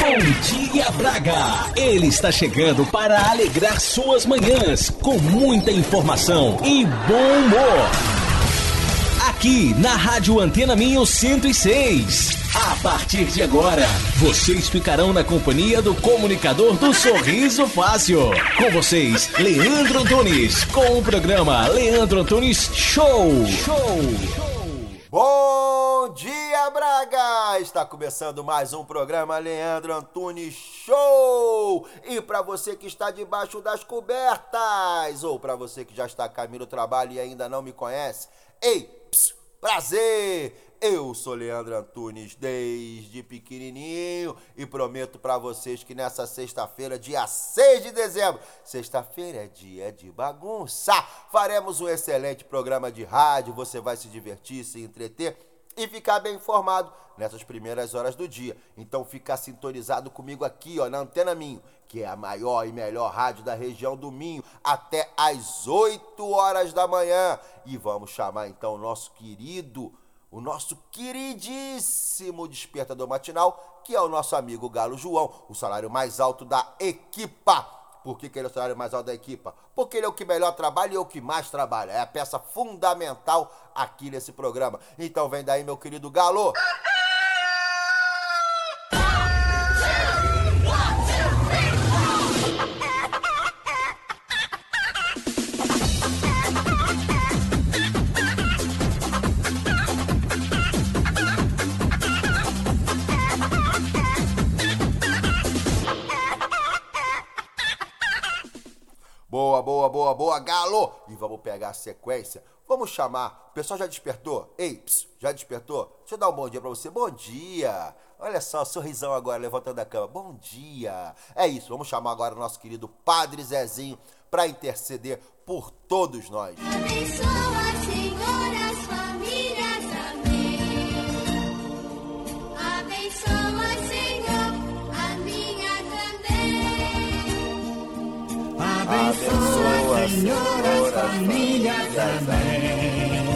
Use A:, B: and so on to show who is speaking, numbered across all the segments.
A: Bom dia, Braga! Ele está chegando para alegrar suas manhãs com muita informação e bom humor. Aqui na Rádio Antena Minho 106. A partir de agora, vocês ficarão na companhia do comunicador do Sorriso Fácil. Com vocês, Leandro Antunes, com o programa Leandro Antunes Show.
B: Bom dia, Braga! Está começando mais um programa Leandro Antunes Show! E para você que está debaixo das cobertas, ou para você que já está a caminho do trabalho e ainda não me conhece, ei, prazer! Eu sou Leandro Antunes desde pequenininho e prometo para vocês que nessa sexta-feira, dia 6 de dezembro, sexta-feira é dia de bagunça, faremos um excelente programa de rádio, você vai se divertir, se entreter e ficar bem informado nessas primeiras horas do dia. Então fica sintonizado comigo aqui, ó, na Antena Minho, que é a maior e melhor rádio da região do Minho, até às 8 horas da manhã. E vamos chamar então o nosso queridíssimo despertador matinal, que é o nosso amigo Galo João, o salário mais alto da equipa. Por que ele é o salário mais alto da equipa? Porque ele é o que melhor trabalha e é o que mais trabalha. É a peça fundamental aqui nesse programa. Então vem daí, meu querido Galo. Boa, Galo! E vamos pegar a sequência. Vamos chamar. O pessoal já despertou? Ei, já despertou? Deixa eu dar um bom dia pra você. Bom dia! Olha só, sorrisão agora, levantando a cama. Bom dia! É isso, vamos chamar agora o nosso querido Padre Zezinho pra interceder por todos nós.
C: Abençoa, Senhor, as famílias. Amém. Abençoa, Senhor, a minha também.
D: Abençoa, Senhor, as famílias também.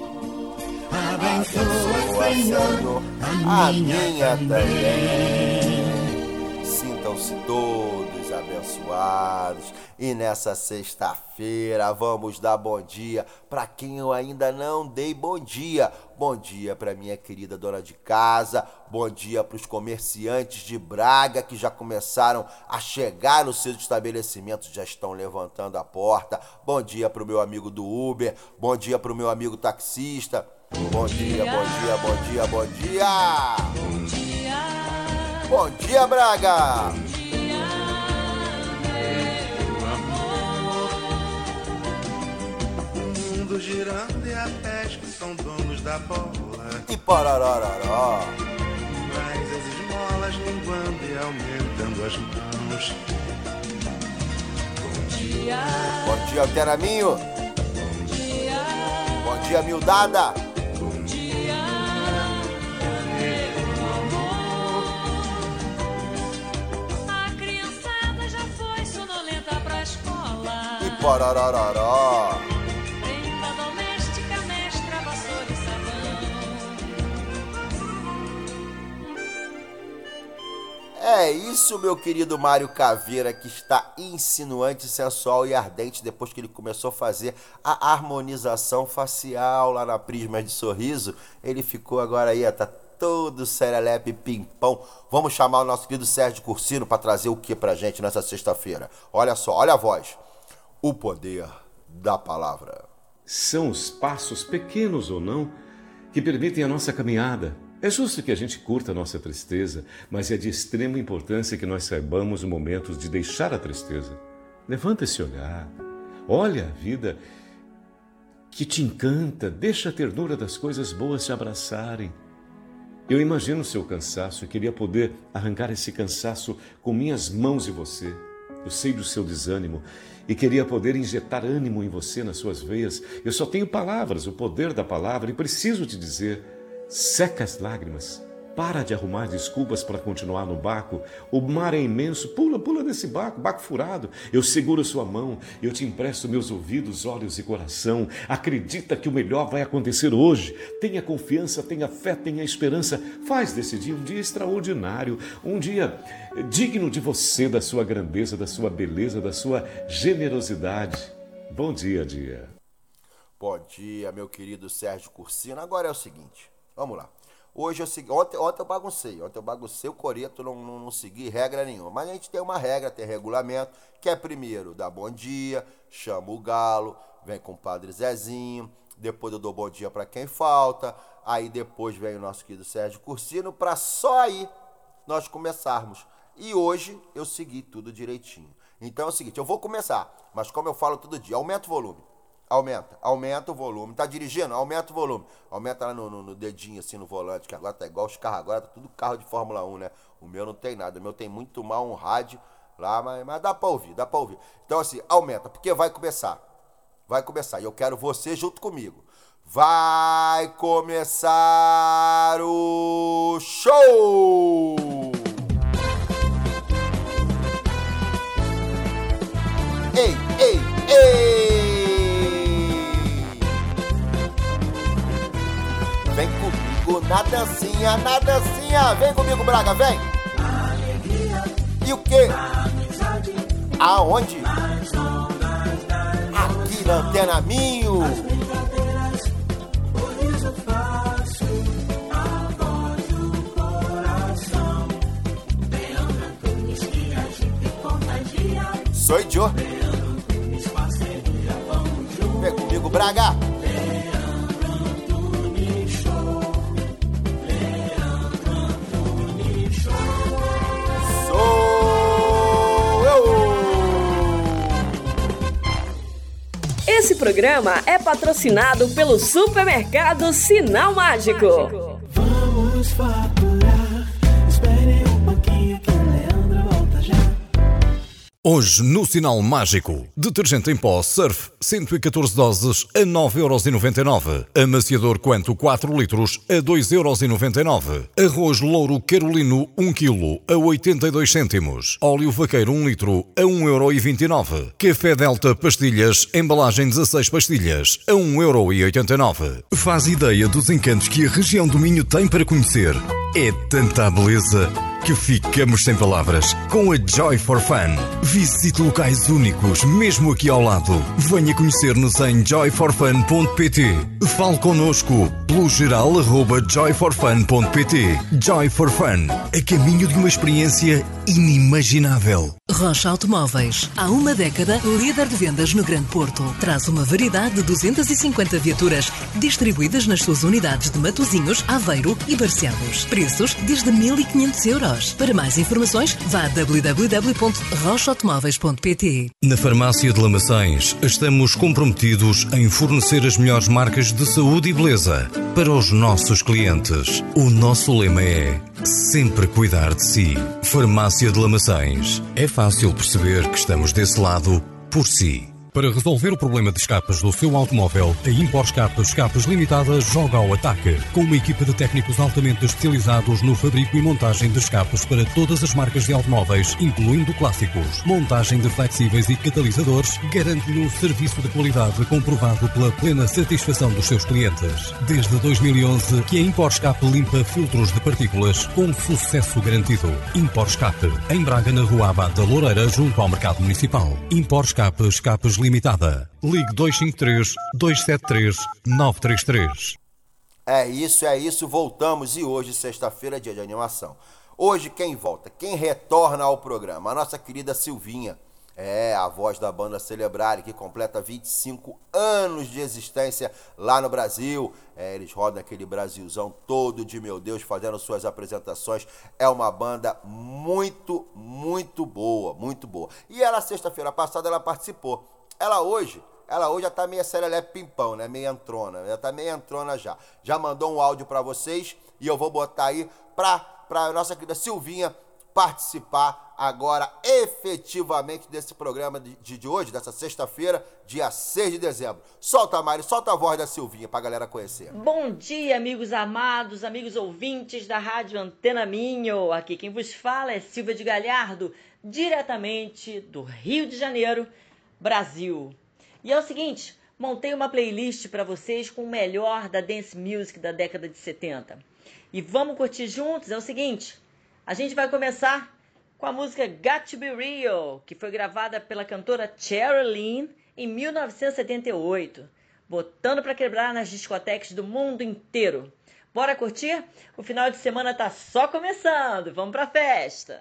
D: Abençoa, Senhor,
B: a minha também. Sintam-se todos abençoados. E nessa sexta-feira vamos dar bom dia para quem eu ainda não dei bom dia. Bom dia para minha querida dona de casa. Bom dia para os comerciantes de Braga que já começaram a chegar nos seus estabelecimentos, já estão levantando a porta. Bom dia para o meu amigo do Uber. Bom dia para o meu amigo taxista. Bom dia, bom dia, bom dia, bom dia!
C: Bom dia!
B: Bom dia, Braga!
C: Bom dia, meu amor.
E: O mundo girando e até que são donos da bola.
B: E parararará!
E: Mas as esmolas linguando e aumentando as mãos.
C: Bom dia!
B: Bom dia, Alteraminho!
C: Bom dia!
B: Bom dia, Mildada!
C: Bom dia, meu amor. A criançada já foi sonolenta pra escola.
B: E parararará!
C: Prenda doméstica, mestra, vassoura e sabão.
B: É isso, meu querido Mário Caveira, que está insinuante, sensual e ardente depois que ele começou a fazer a harmonização facial lá na Prisma de Sorriso. Ele ficou agora aí, tá todo serelepe pimpão. Vamos chamar o nosso querido Sérgio Cursino para trazer o que pra gente nessa sexta-feira. Olha só, olha a voz. O poder da palavra.
F: São os passos, pequenos ou não, que permitem a nossa caminhada. É justo que a gente curta a nossa tristeza, mas é de extrema importância que nós saibamos os momentos de deixar a tristeza. Levanta esse olhar, olha a vida que te encanta, deixa a ternura das coisas boas te abraçarem. Eu imagino o seu cansaço e queria poder arrancar esse cansaço com minhas mãos de você. Eu sei do seu desânimo e queria poder injetar ânimo em você, nas suas veias. Eu só tenho palavras, o poder da palavra, e preciso te dizer: seca as lágrimas, Para de arrumar desculpas para continuar no barco. O mar é imenso. Pula desse barco furado. Eu seguro sua mão. Eu te empresto meus ouvidos, olhos e coração. Acredita que o melhor vai acontecer hoje. Tenha confiança, tenha fé, tenha esperança. Faz desse dia um dia extraordinário. Um dia digno de você, da sua grandeza, da sua beleza, da sua generosidade. Bom dia, dia.
B: Bom dia, meu querido Sérgio Cursino. Agora é o seguinte, vamos lá. Hoje ontem eu baguncei o coreto, não segui regra nenhuma. Mas a gente tem uma regra, tem regulamento, que é primeiro dar bom dia, chama o galo, vem com o Padre Zezinho, depois eu dou bom dia para quem falta, aí depois vem o nosso querido Sérgio Cursino, para só aí nós começarmos. E hoje eu segui tudo direitinho. Então é o seguinte, eu vou começar, mas como eu falo todo dia, aumenta o volume. Aumenta o volume. Tá dirigindo? Aumenta o volume. Aumenta lá no dedinho, assim, no volante, que agora tá igual os carros. Agora tá tudo carro de Fórmula 1, né? O meu não tem nada. O meu tem muito mal um rádio lá, mas dá pra ouvir. Então, assim, aumenta, porque vai começar. E eu quero você junto comigo. Vai começar o show! Ei! Vem comigo na dancinha, vem comigo, Braga, vem! E o quê? Aonde? Aqui na Antena Minho! Sou Joe. Vem comigo, Braga!
G: Esse programa é patrocinado pelo Supermercado Sinal Mágico.
D: Vamos faturar, espere um pouquinho que o Leandro volta já.
H: Hoje no Sinal Mágico, detergente em pó Surf 114 doses a 9,99€. Amaciador Quanto 4 litros a 2,99€. Arroz Louro Carolino 1 kg a 82 cêntimos. Óleo Vaqueiro 1 litro a 1,29€. Café Delta Pastilhas, embalagem 16 pastilhas a 1,89€. Faz ideia dos encantos que a região do Minho tem para conhecer. É tanta beleza que ficamos sem palavras. Com a Joy for Fun. Visite locais únicos, mesmo aqui ao lado. Venha conhecer-nos em joyforfun.pt. Fale connosco pelo geral@joyforfun.pt. Joy for Fun, a caminho de uma experiência inimaginável.
I: Rocha Automóveis, há uma década líder de vendas no Grande Porto. Traz uma variedade de 250 viaturas distribuídas nas suas unidades de Matosinhos, Aveiro e Barcelos. Preços desde 1.500€. Para mais informações, vá a www.rochaautomóveis.pt.
H: Na Farmácia de Lamaçães, estamos comprometidos em fornecer as melhores marcas de saúde e beleza para os nossos clientes. O nosso lema é sempre cuidar de si. Farmácia de Lamaçães. É fácil perceber que estamos desse lado por si. Para resolver o problema de escapes do seu automóvel, a Impor Escapes Limitada joga ao ataque. Com uma equipa de técnicos altamente especializados no fabrico e montagem de escapes para todas as marcas de automóveis, incluindo clássicos. Montagem de flexíveis e catalisadores garante-lhe um serviço de qualidade comprovado pela plena satisfação dos seus clientes. Desde 2011 que a Impor Escape limpa filtros de partículas com sucesso garantido. Impor Escape, em Braga, na Rua Abade da Loureira, junto ao Mercado Municipal. Impor Escapes Limitada. Ligue 253-273-933.
B: É isso, voltamos. E hoje, sexta-feira, é dia de animação. Hoje quem volta, quem retorna ao programa? A nossa querida Silvinha. É, a voz da banda Celebrare, que completa 25 anos de existência lá no Brasil. É, eles rodam aquele Brasilzão todo de meu Deus, fazendo suas apresentações. É uma banda muito, muito boa, muito boa. E ela, sexta-feira passada, ela participou. Ela hoje já tá meio serelepe pimpão, né? Meio entrona, já tá meio entrona já. Já mandou um áudio pra vocês e eu vou botar aí pra nossa querida Silvinha participar agora efetivamente desse programa de hoje, dessa sexta-feira, dia 6 de dezembro. Solta, Mari, solta a voz da Silvinha pra galera conhecer.
J: Bom dia, amigos amados, amigos ouvintes da Rádio Antena Minho. Aqui quem vos fala é Silvia de Galhardo, diretamente do Rio de Janeiro, Brasil. E é o seguinte, montei uma playlist para vocês com o melhor da dance music da década de 70. E vamos curtir juntos. É o seguinte, a gente vai começar com a música Got to Be Real, que foi gravada pela cantora Cheryl Lynn em 1978, botando para quebrar nas discotecas do mundo inteiro. Bora curtir? O final de semana tá só começando. Vamos pra festa!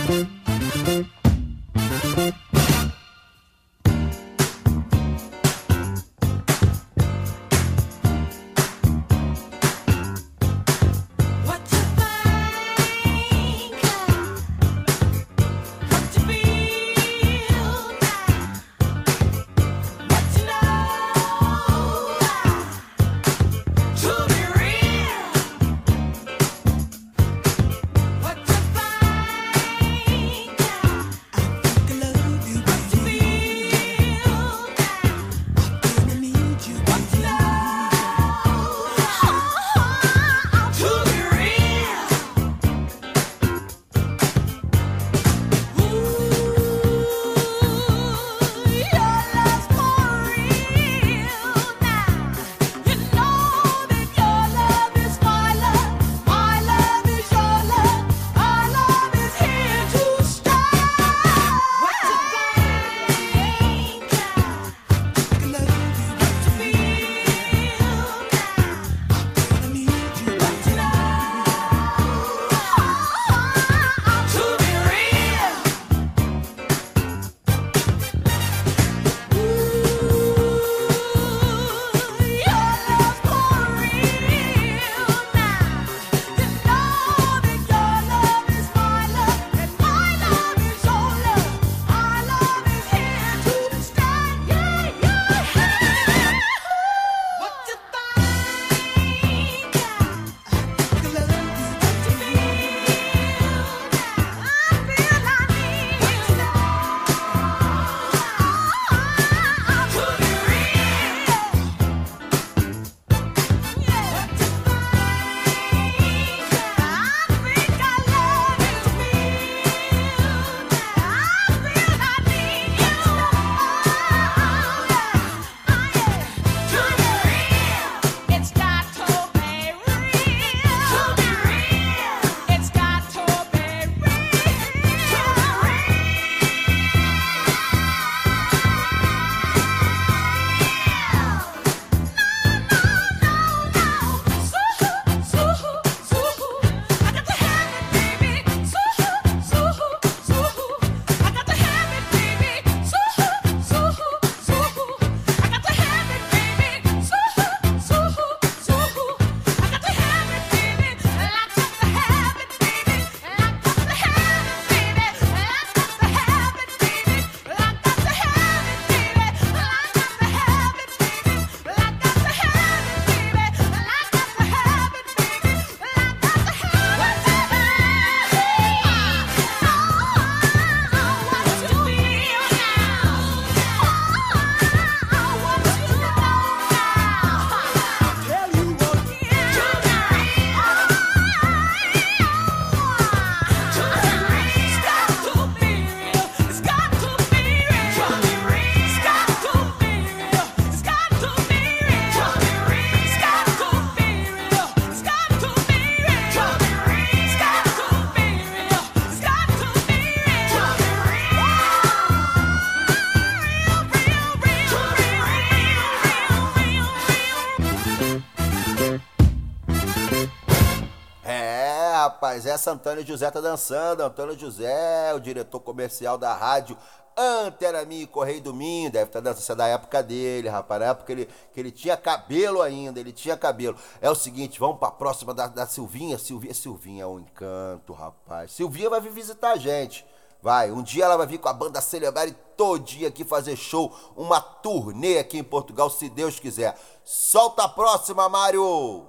B: rapaz, essa Antônio José tá dançando. Antônio José, o diretor comercial da rádio Antena Minho e Correio do Minho, deve estar dançando da época dele, rapaz, na época que ele tinha cabelo ainda, ele tinha cabelo. É o seguinte, vamos pra próxima da Silvinha. Silvinha é um encanto, rapaz. Silvinha vai vir visitar a gente. Vai, um dia ela vai vir com a banda Celebrare todinha aqui fazer show, uma turnê aqui em Portugal, se Deus quiser. Solta a próxima, Mário!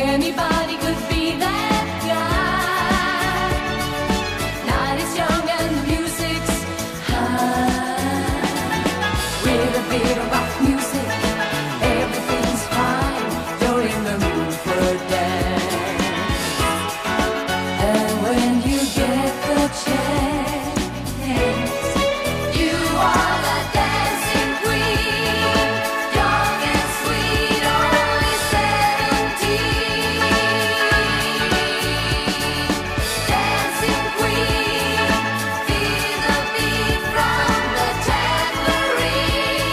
C: Anybody could be that guy. Night is young and the music's high. With a bit of rock music, everything's fine. You're in the mood for a dance. And when you get the chance, you are the dancing queen. Young and sweet, only 17. Dancing queen, feel the beat from the tambourine.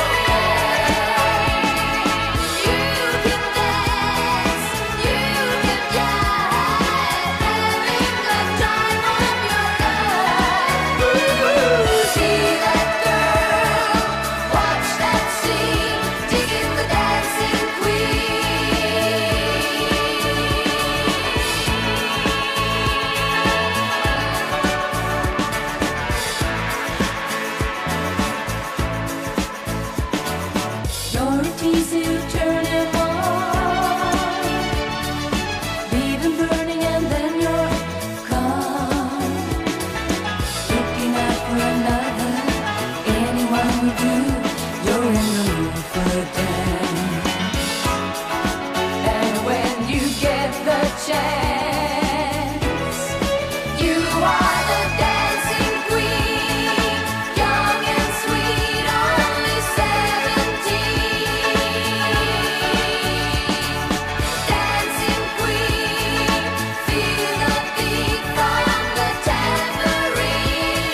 C: You can dance, you can jive, having the time of your life. See that girl, watch that scene, digging the dancing queen. You're a teaser, you turn him on, leave him burning and then you're gone. Looking out for another, anyone will do. You're in the mood for a dance. And when you get the chance, you are the dancing queen. Young and sweet, only 17. Dancing queen, feel the beat from the tambourine.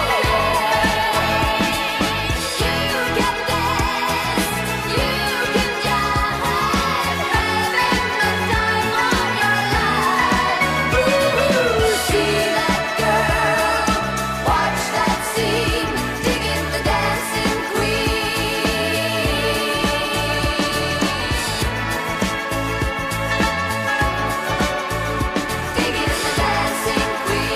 C: You can dance, you can jive, having the time of your life. See that girl, watch that scene, digging the dancing queen. Digging the dancing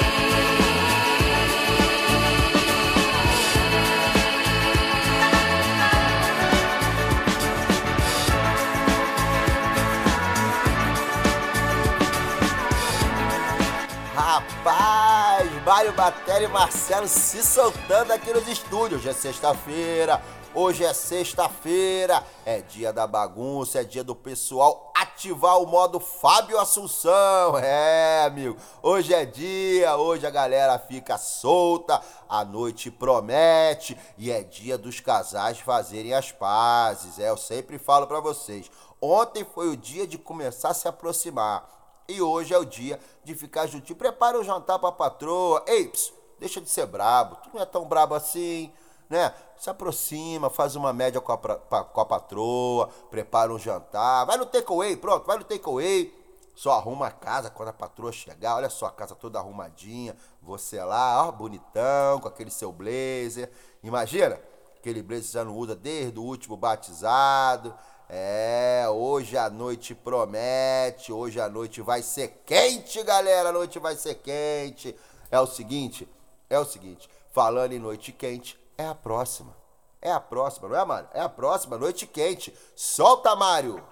B: Rapaz, Mário Batelli e Marcelo se soltando aqui nos estúdios. Hoje é sexta-feira, hoje é sexta-feira, é dia da bagunça, é dia do pessoal ativar o modo Fábio Assunção. É, amigo, hoje é dia, hoje a galera fica solta, a noite promete e é dia dos casais fazerem as pazes. Eu sempre falo pra vocês, ontem foi o dia de começar a se aproximar. E hoje é o dia de ficar juntinho. Prepara o jantar pra patroa. Ei, deixa de ser brabo. Tu não é tão brabo assim, né? Se aproxima, faz uma média com a patroa. Prepara um jantar. Vai no takeaway, pronto. Vai no takeaway. Só arruma a casa quando a patroa chegar. Olha só a casa toda arrumadinha. Você lá, ó, bonitão, com aquele seu blazer. Imagina, aquele blazer que já não usa desde o último batizado. É, hoje a noite promete, hoje a noite vai ser quente, galera, a noite vai ser quente. É o seguinte, falando em noite quente, é a próxima, não é, Mário? É a próxima, noite quente. Solta, Mário!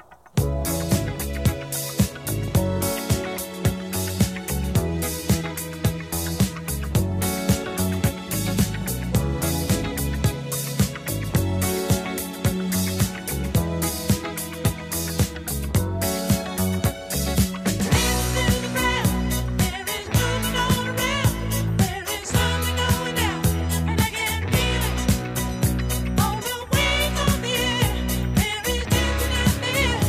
C: There is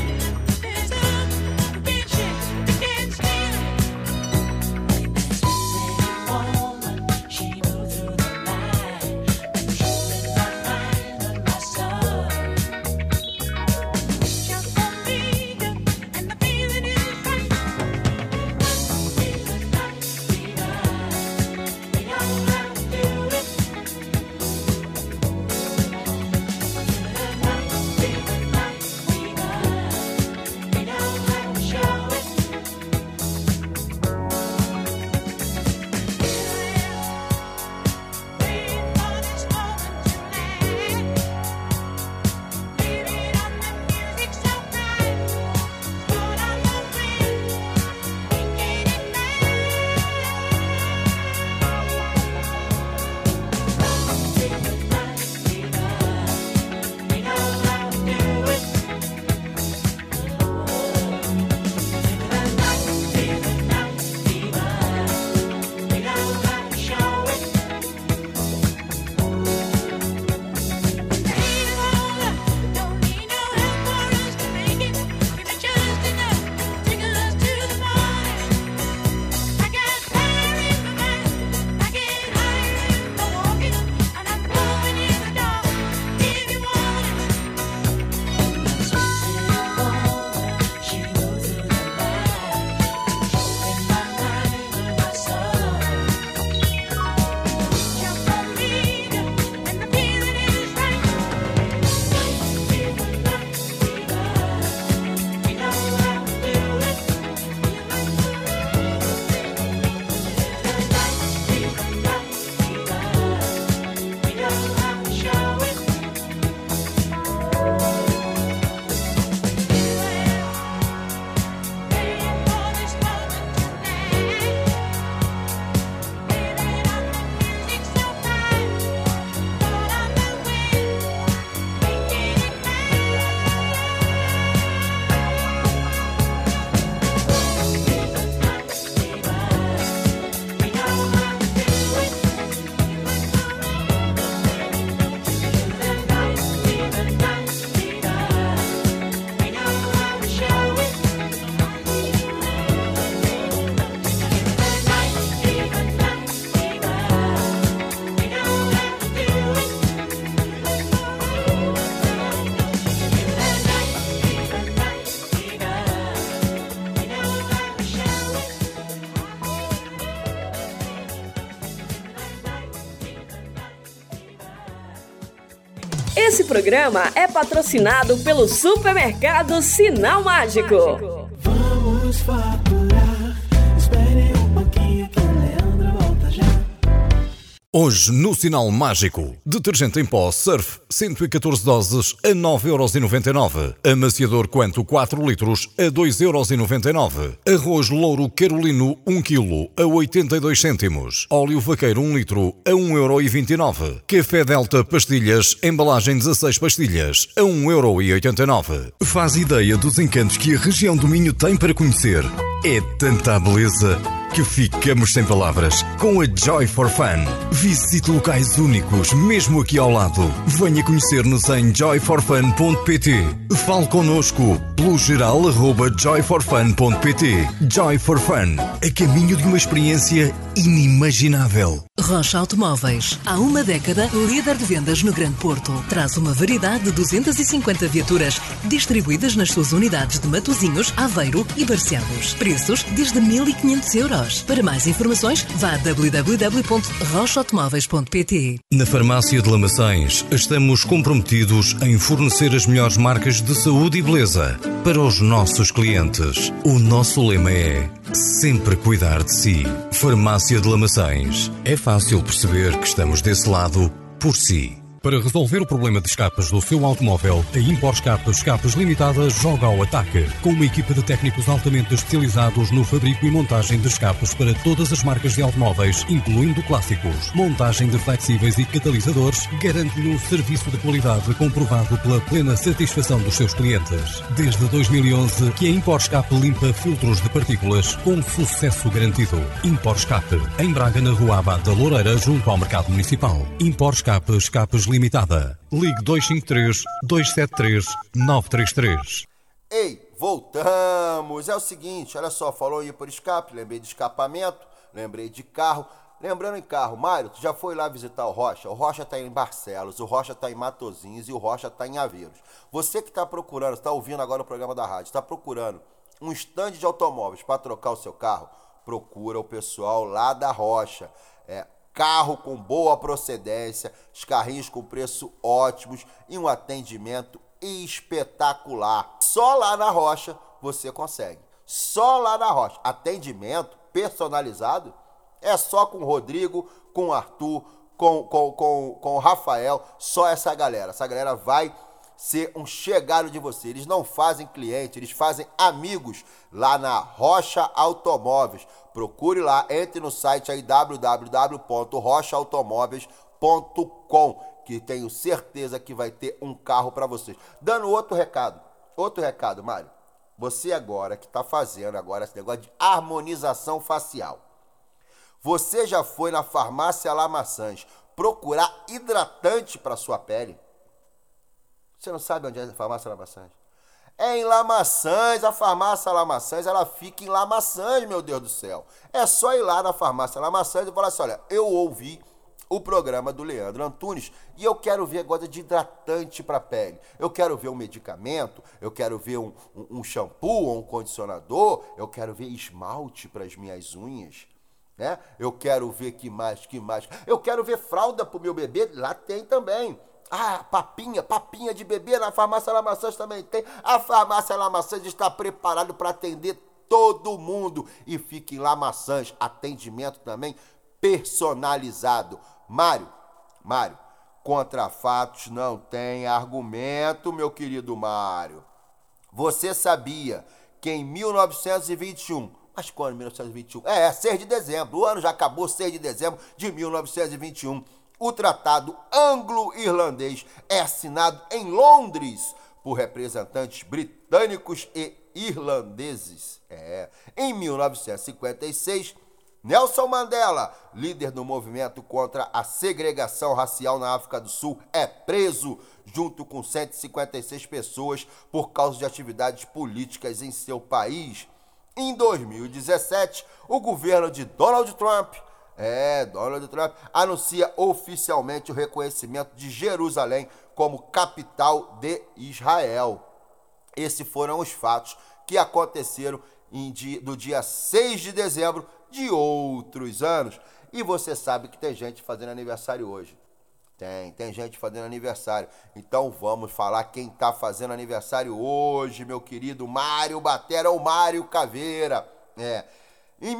G: Esse programa é patrocinado pelo Supermercado Sinal Mágico.
D: Vamos faturar. Espere um pouquinho que o Leandro volta já.
H: Hoje, no Sinal Mágico, detergente em pó Surf 114 doses a 9,99€. Amaciador Quanto 4 litros a 2,99€. Arroz Louro Carolino 1 kg a 82 cêntimos. Óleo vaqueiro 1 litro a 1,29€. Café Delta Pastilhas, embalagem 16 pastilhas a 1,89€. Faz ideia dos encantos que a região do Minho tem para conhecer. É tanta beleza que ficamos sem palavras com a Joy for Fun. Visite locais únicos, mesmo aqui ao lado. Venha conhecer-nos em joyforfun.pt. Fale connosco pelo geral @joyforfun.pt. Joy for Fun, a caminho de uma experiência inimaginável.
I: Rocha Automóveis, há uma década, líder de vendas no Grande Porto. Traz uma variedade de 250 viaturas distribuídas nas suas unidades de Matosinhos, Aveiro e Barcelos. Preços desde 1.500€. Para mais informações, vá a www.rochaautomóveis.pt.
H: Na Farmácia de Lamaçães, estamos comprometidos em fornecer as melhores marcas de saúde e beleza para os nossos clientes. O nosso lema é sempre cuidar de si. Farmácia de Lamaçães. É fácil perceber que estamos desse lado por si. Para resolver o problema de escapes do seu automóvel, a Impor Escapes Limitada joga ao ataque. Com uma equipa de técnicos altamente especializados no fabrico e montagem de escapes para todas as marcas de automóveis, incluindo clássicos. Montagem de flexíveis e catalisadores garante-lhe um serviço de qualidade comprovado pela plena satisfação dos seus clientes. Desde 2011 que a Impor Escape limpa filtros de partículas com sucesso garantido. Impor Escape, em Braga, na Rua Abade da Loureira, junto ao Mercado Municipal. Impor Escapes Limitada. Ligue 253-273-933.
B: Ei, voltamos! É o seguinte, olha só, falou aí por escape, lembrei de escapamento, lembrei de carro. Lembrando em carro, Mário, tu já foi lá visitar o Rocha? O Rocha tá em Barcelos, o Rocha tá em Matosinhos e o Rocha tá em Aveiros. Você que tá procurando, está ouvindo agora o programa da rádio, está procurando um stand de automóveis para trocar o seu carro, procura o pessoal lá da Rocha. Carro com boa procedência, os carrinhos com preço ótimos e um atendimento espetacular. Só lá na Rocha você consegue. Só lá na Rocha. Atendimento personalizado é só com o Rodrigo, com o Arthur, com o Rafael. Só essa galera. Essa galera vai ser um chegado de você. Eles não fazem cliente, eles fazem amigos lá na Rocha Automóveis. Procure lá, entre no site aí www.rochaautomóveis.com, que tenho certeza que vai ter um carro para vocês. Dando outro recado, Mário. Você agora que está fazendo agora esse negócio de harmonização facial. Você já foi na Farmácia Lamaçãs procurar hidratante para sua pele? Você não sabe onde é a Farmácia Lamaçãs? É em Lamaçãs, a Farmácia Lamaçãs, ela fica em Lamaçãs, meu Deus do céu. É só ir lá na Farmácia Lamaçãs e falar assim, olha, eu ouvi o programa do Leandro Antunes e eu quero ver agora de hidratante para a pele. Eu quero ver um medicamento, eu quero ver um shampoo ou um condicionador, eu quero ver esmalte para as minhas unhas, né? Eu quero ver que mais. Eu quero ver fralda para o meu bebê, lá tem também. Ah, papinha de bebê na Farmácia Lamaçãs também tem. A Farmácia Lamaçãs está preparada para atender todo mundo. E fica em Lamaçãs, atendimento também personalizado. Mário, contra fatos não tem argumento, meu querido Mário. Você sabia que em 1921... Mas quando 1921? 6 de dezembro. O ano já acabou, 6 de dezembro de 1921. O Tratado Anglo-Irlandês é assinado em Londres por representantes britânicos e irlandeses. Em 1956, Nelson Mandela, líder do movimento contra a segregação racial na África do Sul, é preso junto com 156 pessoas por causa de atividades políticas em seu país. Em 2017, o governo de Donald Trump anuncia oficialmente o reconhecimento de Jerusalém como capital de Israel. Esses foram os fatos que aconteceram do dia 6 de dezembro de outros anos. E você sabe que tem gente fazendo aniversário hoje. Tem gente fazendo aniversário. Então vamos falar quem tá fazendo aniversário hoje, meu querido Mário Batera, ou Mário Caveira. Em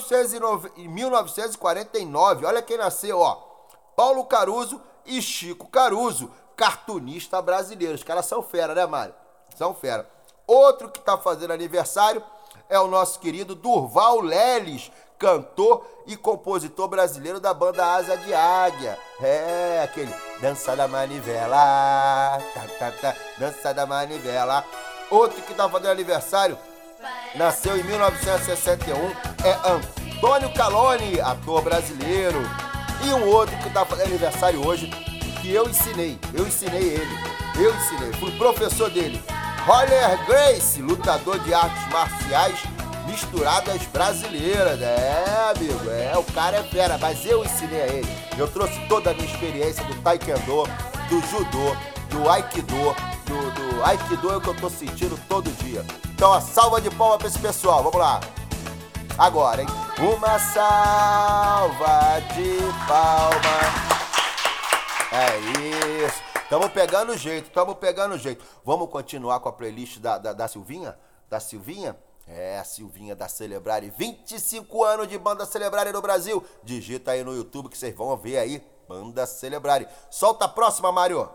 B: 1949, olha quem nasceu, ó. Paulo Caruso e Chico Caruso, cartunista brasileiro. Os caras são fera, né, Mário? São fera. Outro que tá fazendo aniversário é o nosso querido Durval Leles, cantor e compositor brasileiro da banda Asa de Águia. Aquele dança da manivela, dança da manivela. Outro que tá fazendo aniversário, nasceu em 1961, é Antônio Caloni, ator brasileiro. E um outro que tá fazendo aniversário hoje, que eu ensinei ele, fui professor dele, Roller Gracie, lutador de artes marciais misturadas brasileiras. Amigo, o cara é fera, mas eu ensinei a ele. Eu trouxe toda a minha experiência do taekwondo, do judô, do aikido, do aikido é o que eu tô sentindo todo dia. Então, a salva de palmas pra esse pessoal, vamos lá. Agora, hein? Uma salva de palmas. É isso. Tamo pegando jeito. Vamos continuar com a playlist da Silvinha? Da Silvinha? A Silvinha da Celebrare, 25 anos de Banda Celebrare no Brasil. Digita aí no YouTube que vocês vão ver aí, Banda Celebrare. Solta a próxima, Mário.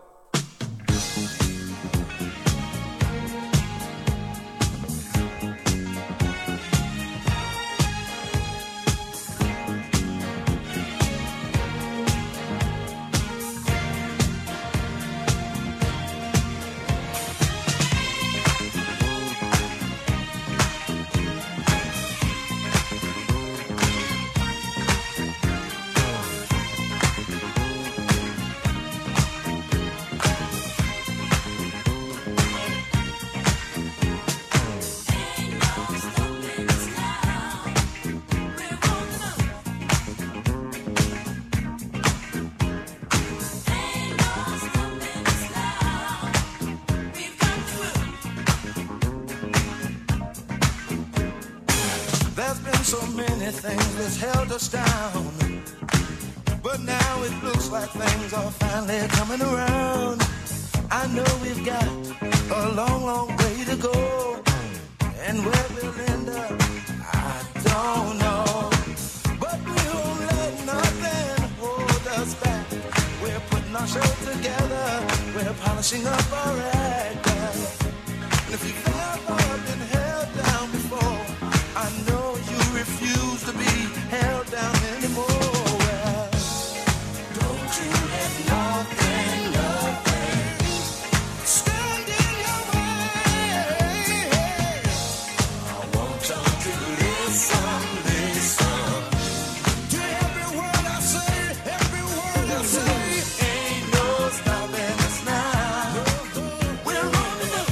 E: So many things that's held us down, but now it looks like things are finally coming around. I know we've got a long, long way to go, and where we'll end up, I don't know. But we won't let nothing hold us back. We're putting our show together, we're polishing up our act. And if you've ever been held down before, I know you refuse to be held down anymore. Well, don't you let nothing stand in your way. I want y'all to listen to every word I say, Ain't no stopping us now. We're rolling up.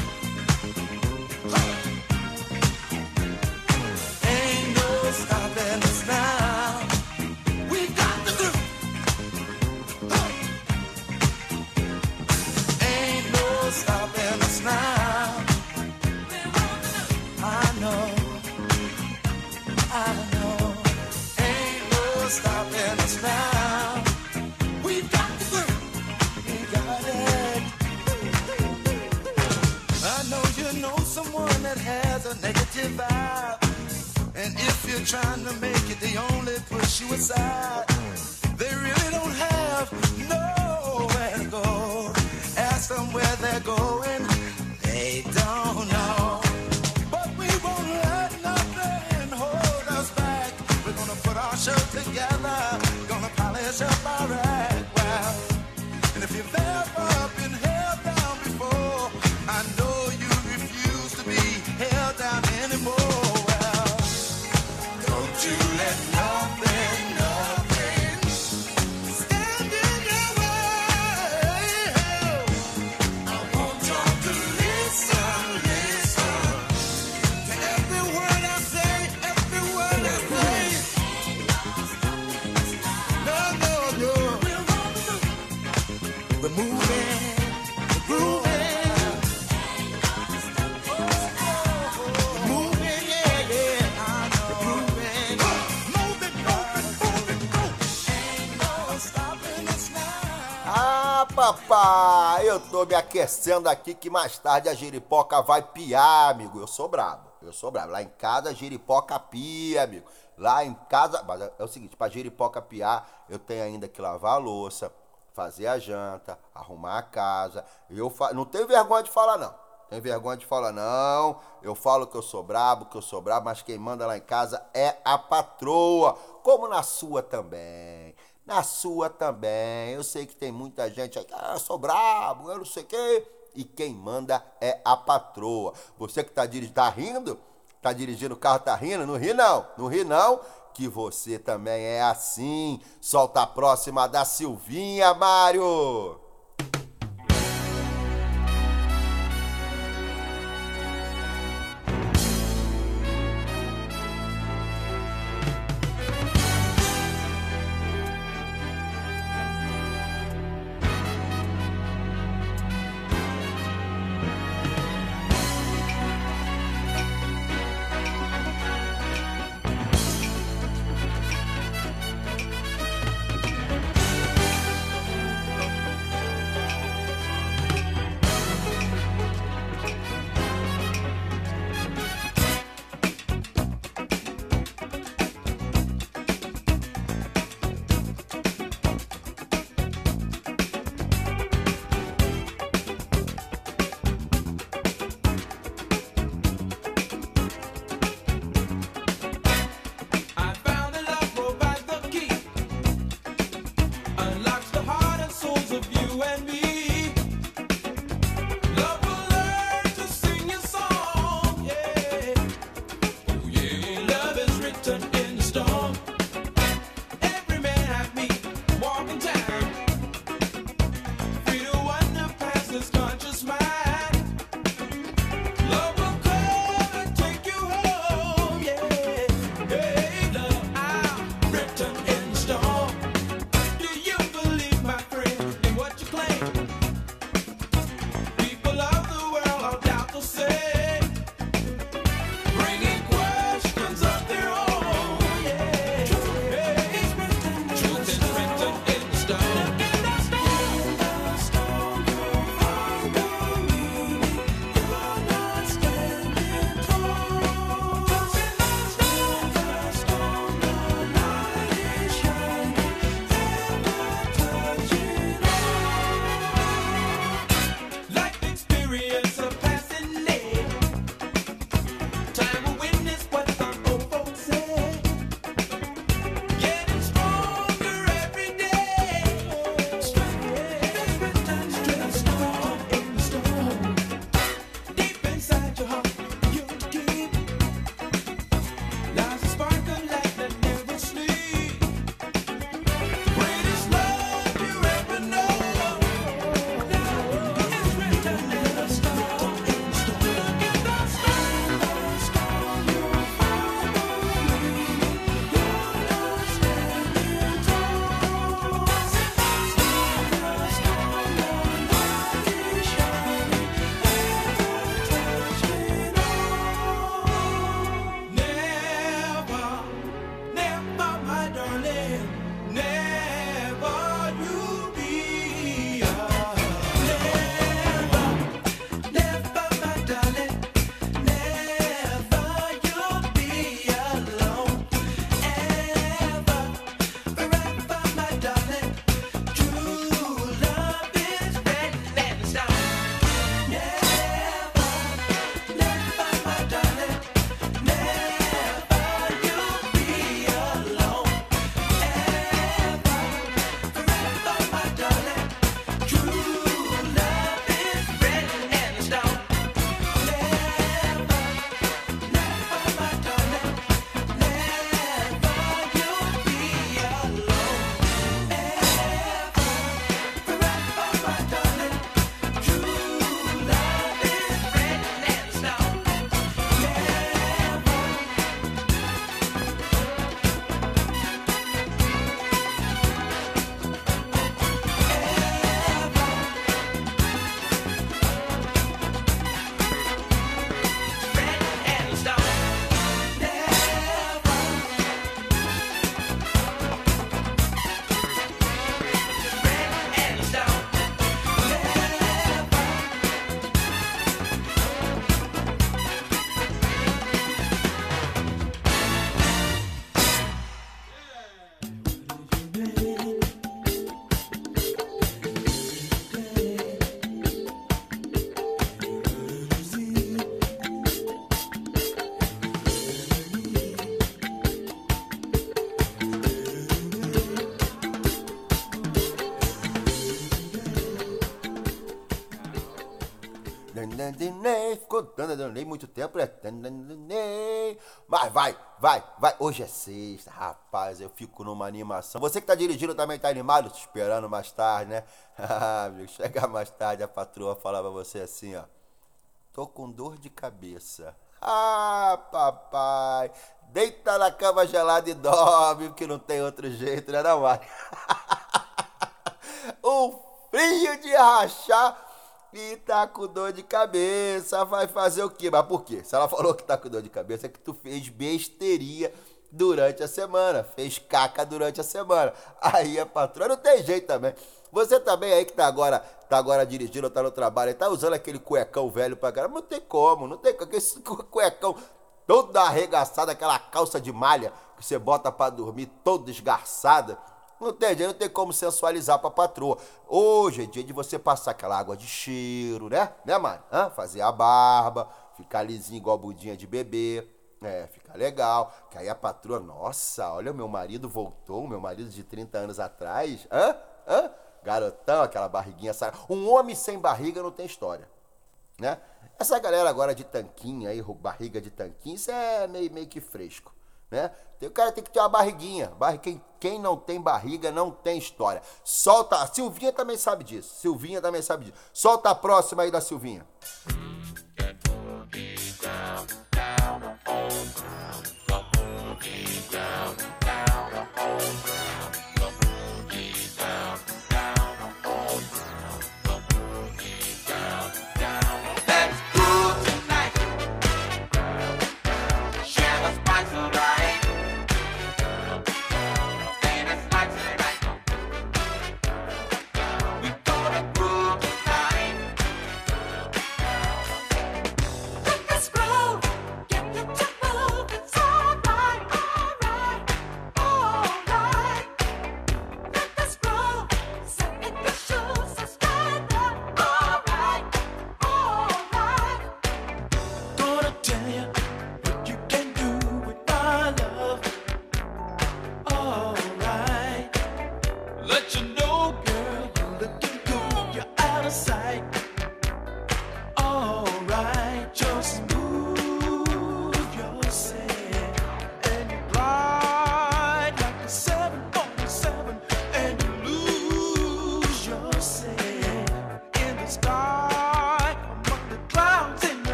E: Ain't no stopping us now. We got the groove. Ain't no stopping us now. I know. Ain't no stopping us now. We got the groove. We got it. I know you know someone that has a negative vibe, and if you're trying to make it, they only push you aside. They really don't have nowhere to go. Ask them where they're going, they don't know. But we won't let nothing hold us back. We're gonna put our show together, gonna polish up our act. Well, and if you've ever been held down before, I know you refuse to be held down anymore. Well, don't you let nothing stand in your way. I want y'all to
B: rapaz, eu tô me aquecendo aqui que mais tarde a giripoca vai piar, amigo. Eu sou brabo. Lá em casa a giripoca pia, amigo. Lá em casa, mas é o seguinte, pra giripoca piar, eu tenho ainda que lavar a louça, fazer a janta, arrumar a casa. Não tenho vergonha de falar, não. Eu falo que eu sou brabo, mas quem manda lá em casa é a patroa. Como na sua também. Eu sei que tem muita gente aí, eu sou brabo, eu não sei o quê. E quem manda é a patroa. Você que tá rindo? Tá dirigindo o carro, tá rindo? Não ri não, que você também é assim. Solta a próxima da Silvinha, Mário. Ficou muito tempo, né? Mas vai. Hoje é sexta, rapaz, eu fico numa animação. Você que tá dirigindo também tá animado? Te esperando mais tarde, né? Amigo, chega mais tarde, a patroa fala pra você assim, ó. Tô com dor de cabeça. Ah, papai, deita na cama gelada e dorme, porque não tem outro jeito, né, não, Mari? Um frio de rachar e tá com dor de cabeça, vai fazer o quê? Mas por quê? Se ela falou que tá com dor de cabeça, é que tu fez besteiria durante a semana, fez caca durante a semana. Aí a patroa não tem jeito também. Você também aí que tá agora dirigindo, tá no trabalho, tá usando aquele cuecão velho pra caramba, não tem como, esse cuecão todo arregaçado, aquela calça de malha que você bota pra dormir toda esgarçada. Não tem jeito, não tem como sensualizar pra patroa. Hoje é dia de você passar aquela água de cheiro, né? Né, Mari? Fazer a barba, ficar lisinho igual budinha de bebê. Fica legal. Que aí a patroa, nossa, olha, o meu marido voltou, o meu marido de 30 anos atrás. Garotão, aquela barriguinha. Um homem sem barriga não tem história, né? Essa galera agora de tanquinho aí, barriga de tanquinho, isso é meio que fresco, né? O cara tem que ter uma barriguinha. Quem não tem barriga não tem história. Solta. A Silvinha também sabe disso. Solta a próxima aí da Silvinha.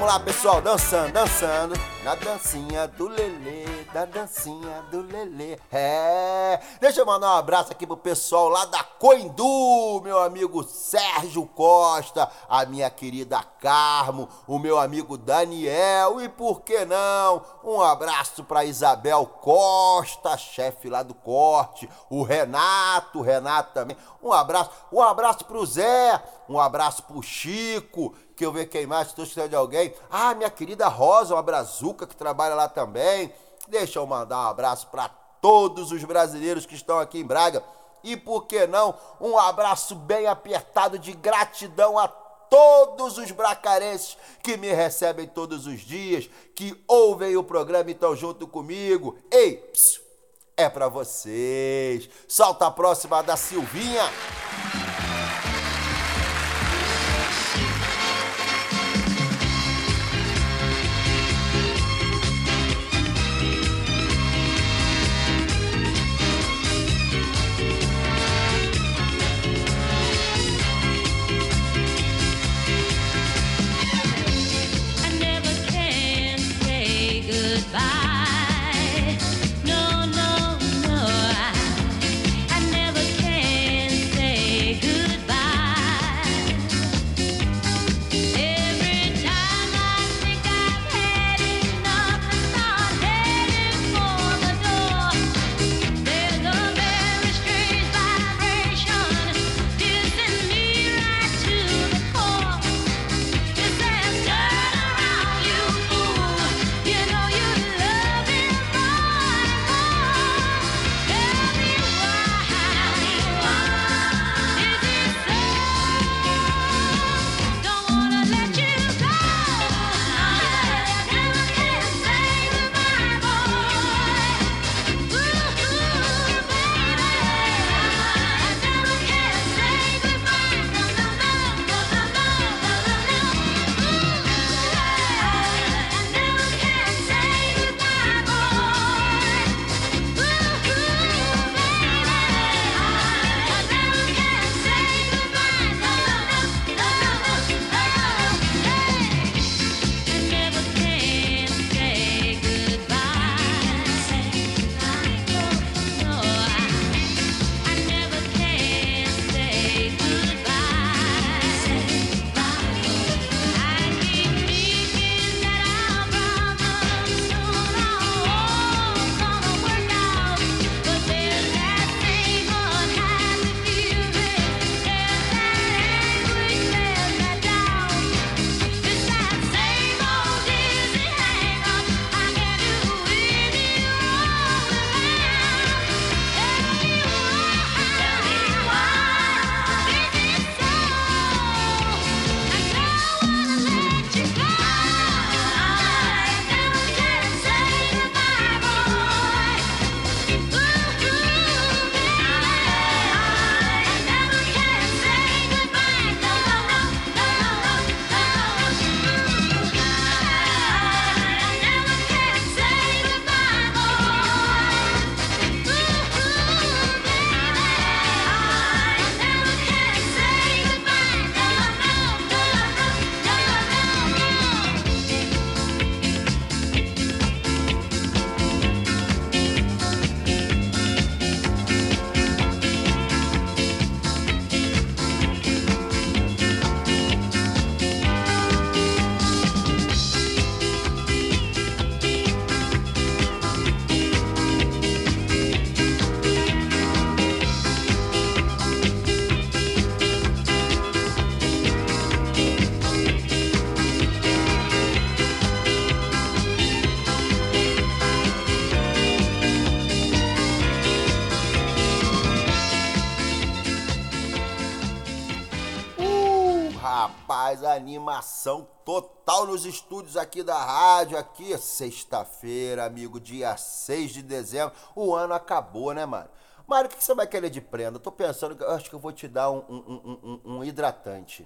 B: lá, pessoal, dançando, dançando, na dancinha do Lelê, da dancinha do Lelê. Deixa eu mandar um abraço aqui pro pessoal lá da Coindu, meu amigo Sérgio Costa, a minha querida Carmo, o meu amigo Daniel e por que não, um abraço pra Isabel Costa, chefe lá do corte, o Renato também, um abraço pro Zé, um abraço pro Chico, que eu ver quem mais, estou esquecendo de alguém. Ah, minha querida Rosa, uma brazuca que trabalha lá também. Deixa eu mandar um abraço para todos os brasileiros que estão aqui em Braga. E por que não, um abraço bem apertado de gratidão a todos os bracarenses que me recebem todos os dias, que ouvem o programa e estão junto comigo. Ei, psiu, é para vocês. Solta a próxima da Silvinha. Rapaz, animação total nos estúdios aqui da rádio, aqui sexta-feira, amigo, dia 6 de dezembro, o ano acabou, né, Mário? Mário, o que você vai querer de prenda? Eu tô pensando, eu acho que eu vou te dar um hidratante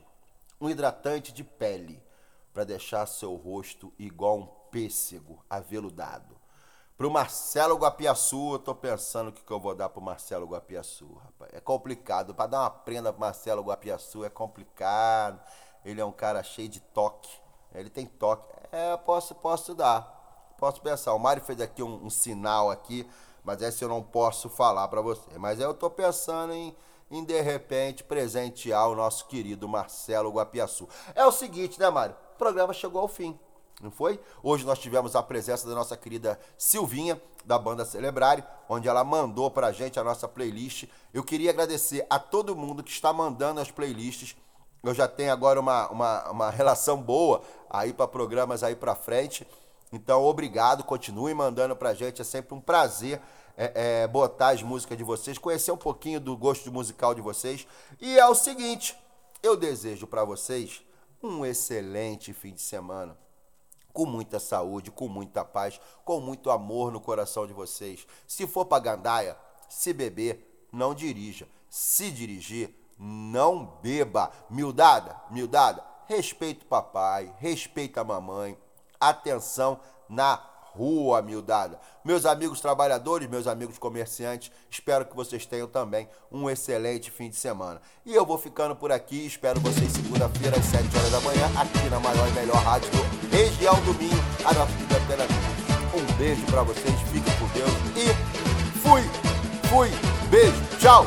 B: de pele, pra deixar seu rosto igual um pêssego aveludado. Pro Marcelo Guapiaçu, eu tô pensando o que eu vou dar pro Marcelo Guapiaçu, rapaz. É complicado, pra dar uma prenda pro Marcelo Guapiaçu é complicado. Ele é um cara cheio de toque, Ele tem toque. Posso dar. Posso pensar. O Mário fez aqui um sinal aqui, mas esse eu não posso falar pra você. Mas eu tô pensando em de repente presentear o nosso querido Marcelo Guapiaçu. É o seguinte, né, Mário? O programa chegou ao fim, não foi? Hoje nós tivemos a presença da nossa querida Silvinha, da banda Celebrare, onde ela mandou pra gente a nossa playlist. Eu queria agradecer a todo mundo que está mandando as playlists. Eu já tenho agora uma relação boa aí para programas aí pra frente. Então, obrigado, continue mandando pra gente, é sempre um prazer botar as músicas de vocês, conhecer um pouquinho do gosto musical de vocês. E é o seguinte, eu desejo pra vocês um excelente fim de semana, com muita saúde, com muita paz, com muito amor no coração de vocês. Se for pra gandaia, se beber, não dirija. Se dirigir, não beba. Miudada, respeita o papai, respeita a mamãe. Atenção na rua, miudada. Meus amigos trabalhadores, meus amigos comerciantes, espero que vocês tenham também um excelente fim de semana. E eu vou ficando por aqui, espero vocês segunda-feira às 7 horas da manhã, aqui na maior e melhor rádio do Região do Minho, a nossa querida Antena Minho. Um beijo pra vocês, fiquem com Deus e fui, beijo, tchau.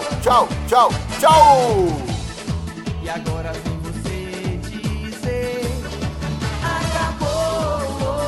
D: E agora vem você dizer: acabou,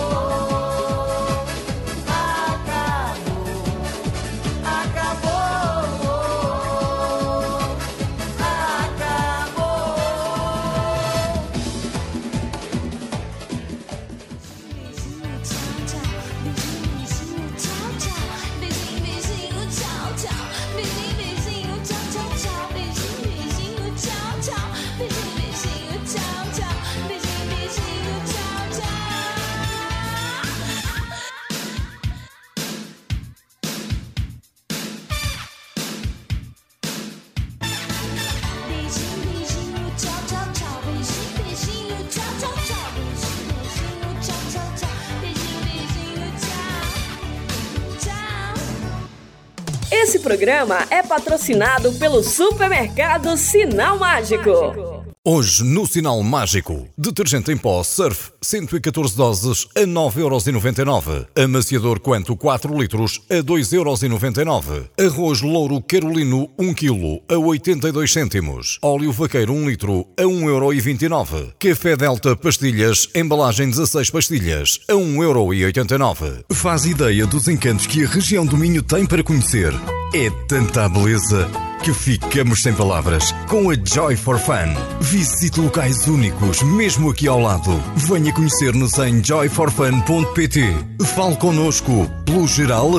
G: Esse programa é patrocinado pelo Supermercado Sinal Mágico.
H: Hoje, no Sinal Mágico, detergente em pó Surf 114 doses a 9,99€. Amaciador Quanto 4 litros a 2,99€. Arroz Louro Carolino 1 kg a 82 cêntimos. Óleo Vaqueiro 1 litro a 1,29€. Café Delta Pastilhas, embalagem 16 pastilhas a 1,89€. Faz ideia dos encantos que a região do Minho tem para conhecer. É tanta beleza que ficamos sem palavras. Com a Joy for Fun. Visite locais únicos, mesmo aqui ao lado. Venha conhecer-nos em joyforfun.pt. Fale connosco pelo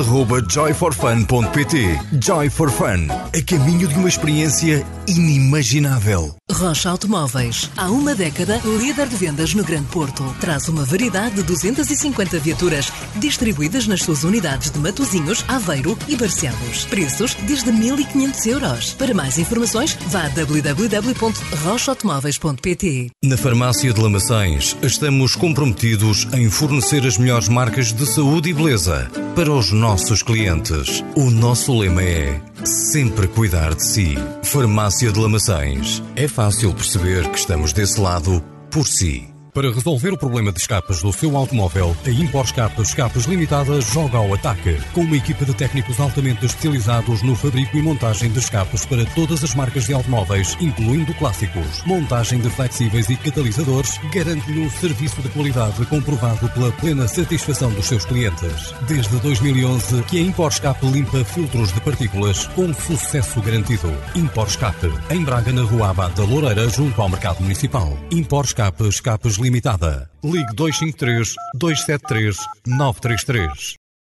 H: geral@joyforfun.pt. Joy for Fun, a caminho de uma experiência inimaginável.
I: Rocha Automóveis, há uma década, líder de vendas no Grande Porto. Traz uma variedade de 250 viaturas, distribuídas nas suas unidades de Matosinhos, Aveiro e Barcelos. Preços desde 1.500€. Para mais informações, vá a www.rochaautomóveis.pt.
H: Na Farmácia de Lamaçães, estamos comprometidos em fornecer as melhores marcas de saúde e beleza para os nossos clientes. O nosso lema é sempre cuidar de si. Farmácia de Lamaçães. É fácil perceber que estamos desse lado por si. Para resolver o problema de escapas do seu automóvel, a Impor Escapas Limitada joga ao ataque. Com uma equipa de técnicos altamente especializados no fabrico e montagem de escapes para todas as marcas de automóveis, incluindo clássicos. Montagem de flexíveis e catalisadores garante-lhe um serviço de qualidade comprovado pela plena satisfação dos seus clientes. Desde 2011 que a Impor Escape limpa filtros de partículas com sucesso garantido. Impor Escape, em Braga, na Rua Abad da Loureira, junto ao Mercado Municipal. Impor Escape Limitada. Ligue 253 273 933.